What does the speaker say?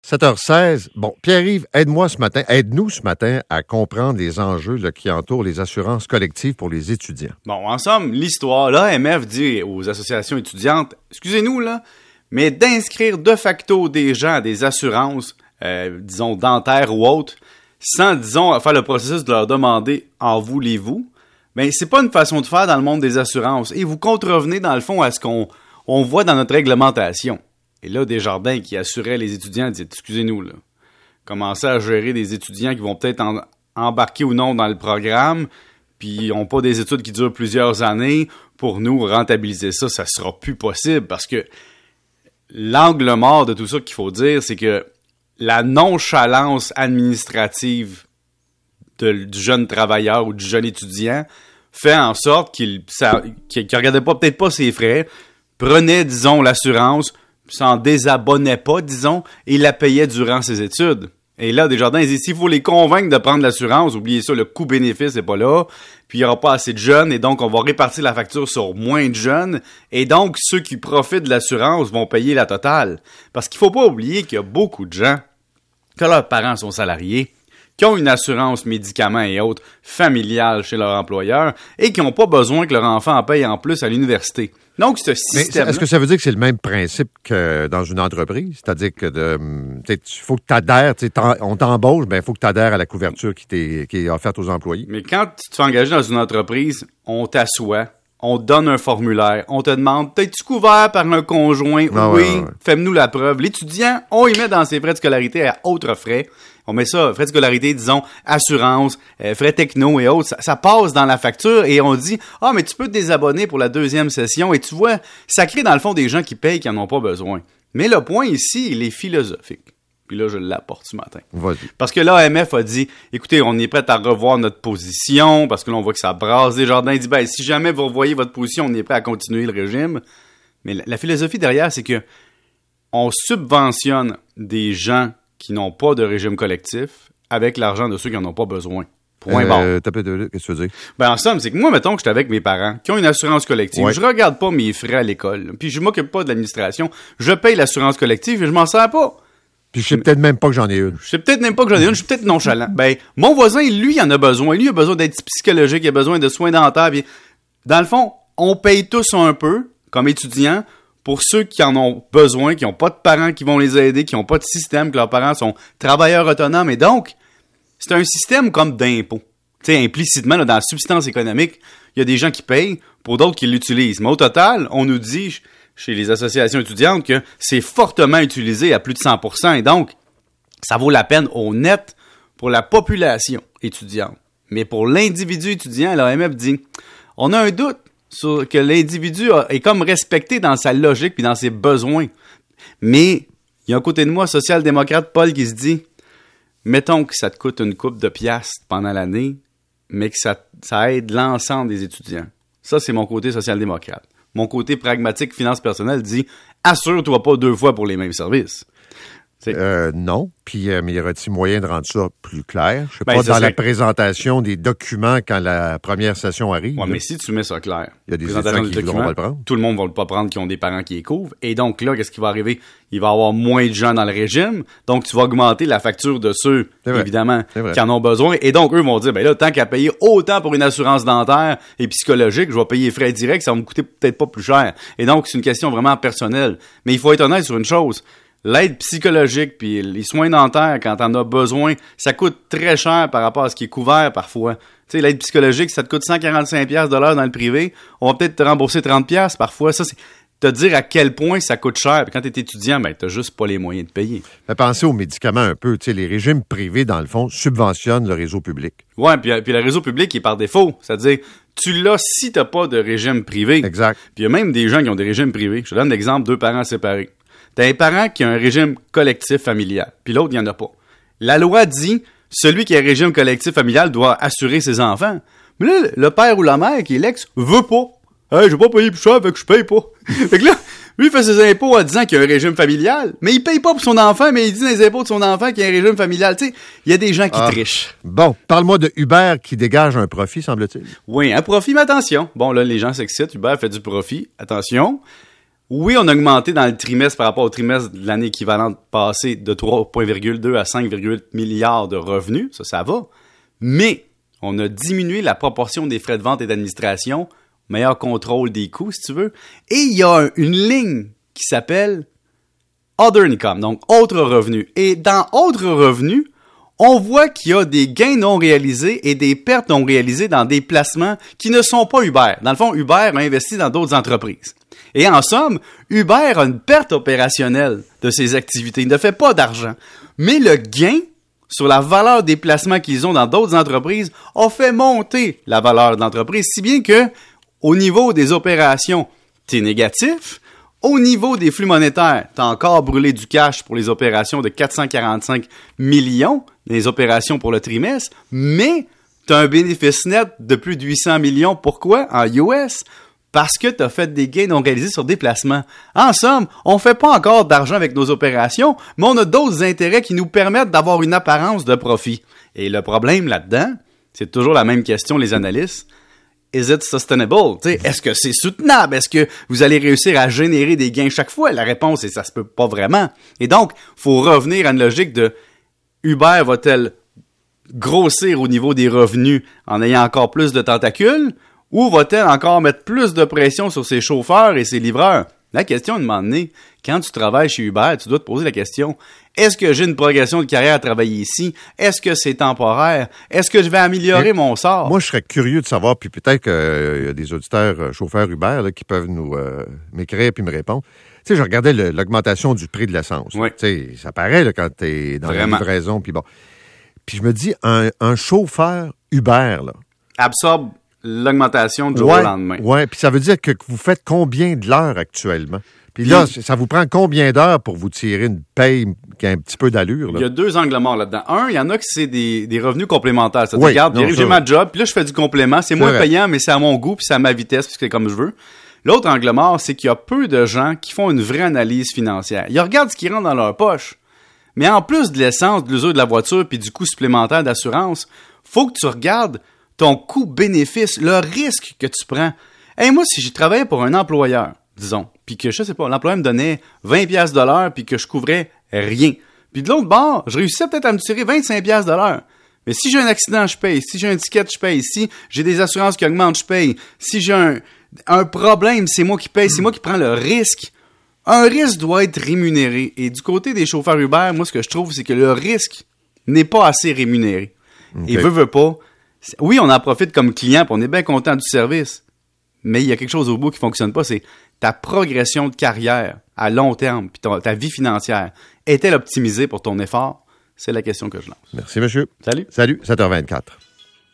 7h16. Bon, Pierre-Yves, aide-nous ce matin à comprendre les enjeux qui entourent les assurances collectives pour les étudiants. Bon, en somme, l'histoire, l'AMF dit aux associations étudiantes, excusez-nous, là, mais d'inscrire de facto des gens à des assurances, disons, dentaires ou autres, sans, disons, faire le processus de leur demander « en voulez-vous », bien, c'est pas une façon de faire dans le monde des assurances. Et vous contrevenez, dans le fond, à ce qu'on voit dans notre réglementation. Et là, Desjardins, qui assurait les étudiants, dit « excusez-nous, là, commencez à gérer des étudiants qui vont peut-être embarquer ou non dans le programme, puis ils n'ont pas des études qui durent plusieurs années. Pour nous, rentabiliser ça, ça sera plus possible. » Parce que l'angle mort de tout ça qu'il faut dire, c'est que la nonchalance administrative du jeune travailleur ou du jeune étudiant fait en sorte qu'il regardait peut-être pas ses frais, prenait, disons, l'assurance, s'en désabonnait pas, disons, et la payait durant ses études. Et là, Desjardins, s'il faut les convaincre de prendre l'assurance, oubliez ça, le coût-bénéfice n'est pas là, puis il n'y aura pas assez de jeunes, et donc on va répartir la facture sur moins de jeunes, et donc ceux qui profitent de l'assurance vont payer la totale. Parce qu'il faut pas oublier qu'il y a beaucoup de gens, que leurs parents sont salariés, qui ont une assurance médicaments et autres familiale chez leur employeur, et qui n'ont pas besoin que leur enfant en paye en plus à l'université. Donc, ce système. Est-ce que ça veut dire que c'est le même principe que dans une entreprise? C'est-à-dire que il faut que tu adhères, on t'embauche, il faut que tu adhères à la couverture qui est offerte aux employés. Mais quand tu te fais engager dans une entreprise, on t'assoit, on te donne un formulaire, on te demande, t'es-tu couvert par un conjoint? Oui, fais-nous la preuve. L'étudiant, on y met dans ses frais de scolarité à autres frais. On met ça, frais de scolarité, disons, assurance, frais techno et autres. Ça passe dans la facture et on dit « Ah, mais tu peux te désabonner pour la deuxième session. » Et tu vois, ça crée dans le fond des gens qui payent qui n'en ont pas besoin. Mais le point ici, il est philosophique. Puis là, je l'apporte ce matin. Vas-y. Parce que l'AMF a dit « Écoutez, on est prêt à revoir notre position. » Parce que là, on voit que ça brasse. Desjardins dit « Si jamais vous revoyez votre position, on est prêt à continuer le régime. » Mais la philosophie derrière, c'est que on subventionne des gens qui n'ont pas de régime collectif avec l'argent de ceux qui n'en ont pas besoin. Point barre. Qu'est-ce que tu veux dire? En somme, c'est que moi, mettons que j'étais avec mes parents qui ont une assurance collective. Ouais. Je regarde pas mes frais à l'école. Puis je m'occupe pas de l'administration. Je paye l'assurance collective et je m'en sers pas. Puis je sais peut-être même pas que j'en ai une. Je sais peut-être même pas que j'en ai une. Je suis peut-être nonchalant. Mon voisin, lui, il en a besoin. Lui, il a besoin d'être psychologique. Il a besoin de soins dentaires. Puis, dans le fond, on paye tous un peu, comme étudiants, pour ceux qui en ont besoin, qui n'ont pas de parents qui vont les aider, qui n'ont pas de système, que leurs parents sont travailleurs autonomes. Et donc, c'est un système comme d'impôt. Tu sais, implicitement, là, dans la substance économique, il y a des gens qui payent pour d'autres qui l'utilisent. Mais au total, on nous dit, chez les associations étudiantes, que c'est fortement utilisé à plus de 100%. Et donc, ça vaut la peine au net pour la population étudiante. Mais pour l'individu étudiant, l'AMF dit, on a un doute sur que l'individu est comme respecté dans sa logique puis dans ses besoins. Mais il y a un côté de moi, social-démocrate, Paul, qui se dit, mettons que ça te coûte une couple de piastres pendant l'année, mais que ça aide l'ensemble des étudiants. Ça, c'est mon côté social-démocrate. Mon côté pragmatique, finance personnelle, dit, assure-toi pas 2 fois pour les mêmes services. Non. Puis, mais y aurait-il moyen de rendre ça plus clair? Je sais pas, dans la présentation des documents quand la première session arrive. Oui, mais si tu mets ça clair, il y a des étudiants qui voudront pas le prendre. Tout le monde ne va le pas prendre qui ont des parents qui les couvrent. Et donc là, qu'est-ce qui va arriver? Il va y avoir moins de gens dans le régime. Donc, tu vas augmenter la facture de ceux, évidemment, qui en ont besoin. Et donc, eux vont dire, là, tant qu'à payer autant pour une assurance dentaire et psychologique, je vais payer les frais directs, ça va me coûter peut-être pas plus cher. Et donc, c'est une question vraiment personnelle. Mais il faut être honnête sur une chose. L'aide psychologique puis les soins dentaires, quand t'en as besoin, ça coûte très cher par rapport à ce qui est couvert parfois. Tu sais, l'aide psychologique, ça te coûte 145$ de l'heure dans le privé. On va peut-être te rembourser 30$ parfois. Ça, c'est te dire à quel point ça coûte cher. Puis quand t'es étudiant, t'as juste pas les moyens de payer. Pensez aux médicaments un peu. Tu sais, les régimes privés, dans le fond, subventionnent le réseau public. Ouais, puis le réseau public est par défaut. C'est-à-dire, tu l'as si t'as pas de régime privé. Exact. Puis il y a même des gens qui ont des régimes privés. Je te donne l'exemple, 2 parents séparés. T'as un parent qui a un régime collectif familial, puis l'autre, il n'y en a pas. La loi dit, celui qui a un régime collectif familial doit assurer ses enfants. Mais là, le père ou la mère, qui est l'ex, veut pas. Hey, je vais pas payer plus cher, fait que je paye pas. Fait que là, lui, il fait ses impôts en disant qu'il a un régime familial, mais il paye pas pour son enfant, mais il dit dans les impôts de son enfant qu'il a un régime familial. Tu sais, il y a des gens qui trichent. Bon, parle-moi de Uber qui dégage un profit, semble-t-il. Oui, un profit, mais attention. Bon, là, les gens s'excitent. Uber fait du profit. Attention. Oui, on a augmenté dans le trimestre par rapport au trimestre de l'année équivalente passée de 3,2 à 5,8 milliards de revenus. Ça va. Mais on a diminué la proportion des frais de vente et d'administration, meilleur contrôle des coûts, si tu veux. Et il y a une ligne qui s'appelle Other Income, donc autres revenus. Et dans autres revenus, on voit qu'il y a des gains non réalisés et des pertes non réalisées dans des placements qui ne sont pas Uber. Dans le fond, Uber a investi dans d'autres entreprises. Et en somme, Uber a une perte opérationnelle de ses activités. Il ne fait pas d'argent. Mais le gain sur la valeur des placements qu'ils ont dans d'autres entreprises a fait monter la valeur de l'entreprise, si bien que, au niveau des opérations, t'es négatif. Au niveau des flux monétaires, t'as encore brûlé du cash pour les opérations de 445 millions, les opérations pour le trimestre, mais t'as un bénéfice net de plus de 800 millions. Pourquoi? En US. Parce que tu as fait des gains non réalisés sur des placements. En somme, on fait pas encore d'argent avec nos opérations, mais on a d'autres intérêts qui nous permettent d'avoir une apparence de profit. Et le problème là-dedans, c'est toujours la même question, les analystes. Is it sustainable? Est-ce que c'est soutenable? Est-ce que vous allez réussir à générer des gains chaque fois? La réponse est ça se peut pas vraiment. Et donc, faut revenir à une logique de Uber va-t-elle grossir au niveau des revenus en ayant encore plus de tentacules? Ou va-t-elle encore mettre plus de pression sur ses chauffeurs et ses livreurs? La question, à un moment donné, quand tu travailles chez Uber, tu dois te poser la question, est-ce que j'ai une progression de carrière à travailler ici? Est-ce que c'est temporaire? Est-ce que je vais améliorer mon sort? Moi, je serais curieux de savoir, puis peut-être qu'il y a des auditeurs chauffeurs Uber là, qui peuvent nous m'écrire puis me répondre. Tu sais, je regardais l'augmentation du prix de l'essence. Oui. Tu sais, ça paraît là, quand tu es dans Vraiment. la livraison. Puis bon. Puis je me dis, un chauffeur Uber, là. Absorbe l'augmentation du jour au lendemain. Oui, puis ça veut dire que vous faites combien de l'heure actuellement? Puis là, ça vous prend combien d'heures pour vous tirer une paye qui a un petit peu d'allure? Là? Il y a deux angles morts là-dedans. Un, il y en a qui c'est des revenus complémentaires. Ça te Oui, regarde, j'ai ma job, puis là, je fais du complément. C'est moins vrai. payant, mais c'est à mon goût, puis c'est à ma vitesse, puis c'est comme je veux. L'autre angle mort, c'est qu'il y a peu de gens qui font une vraie analyse financière. Ils regardent ce qui rentre dans leur poche. Mais en plus de l'essence, de l'usure de la voiture, puis du coût supplémentaire d'assurance, faut que tu regardes ton coût-bénéfice, le risque que tu prends. Hey, moi, si j'ai travaillé pour un employeur, disons, puis que, je sais pas, l'employeur me donnait 20$ de l'heure, puis que je couvrais rien. Puis de l'autre bord, je réussissais peut-être à me tirer 25$ de l'heure. Mais si j'ai un accident, je paye. Si j'ai un ticket, je paye. Si j'ai des assurances qui augmentent, je paye. Si j'ai un problème, c'est moi qui paye. C'est moi qui prends le risque. Un risque doit être rémunéré. Et du côté des chauffeurs Uber, moi, ce que je trouve, c'est que le risque n'est pas assez rémunéré. Okay. Et veut pas. Oui, on en profite comme client, puis on est bien content du service. Mais il y a quelque chose au bout qui fonctionne pas, c'est ta progression de carrière à long terme, puis ta vie financière. Est-elle optimisée pour ton effort? C'est la question que je lance. Merci, monsieur. Salut. Salut, 7h24.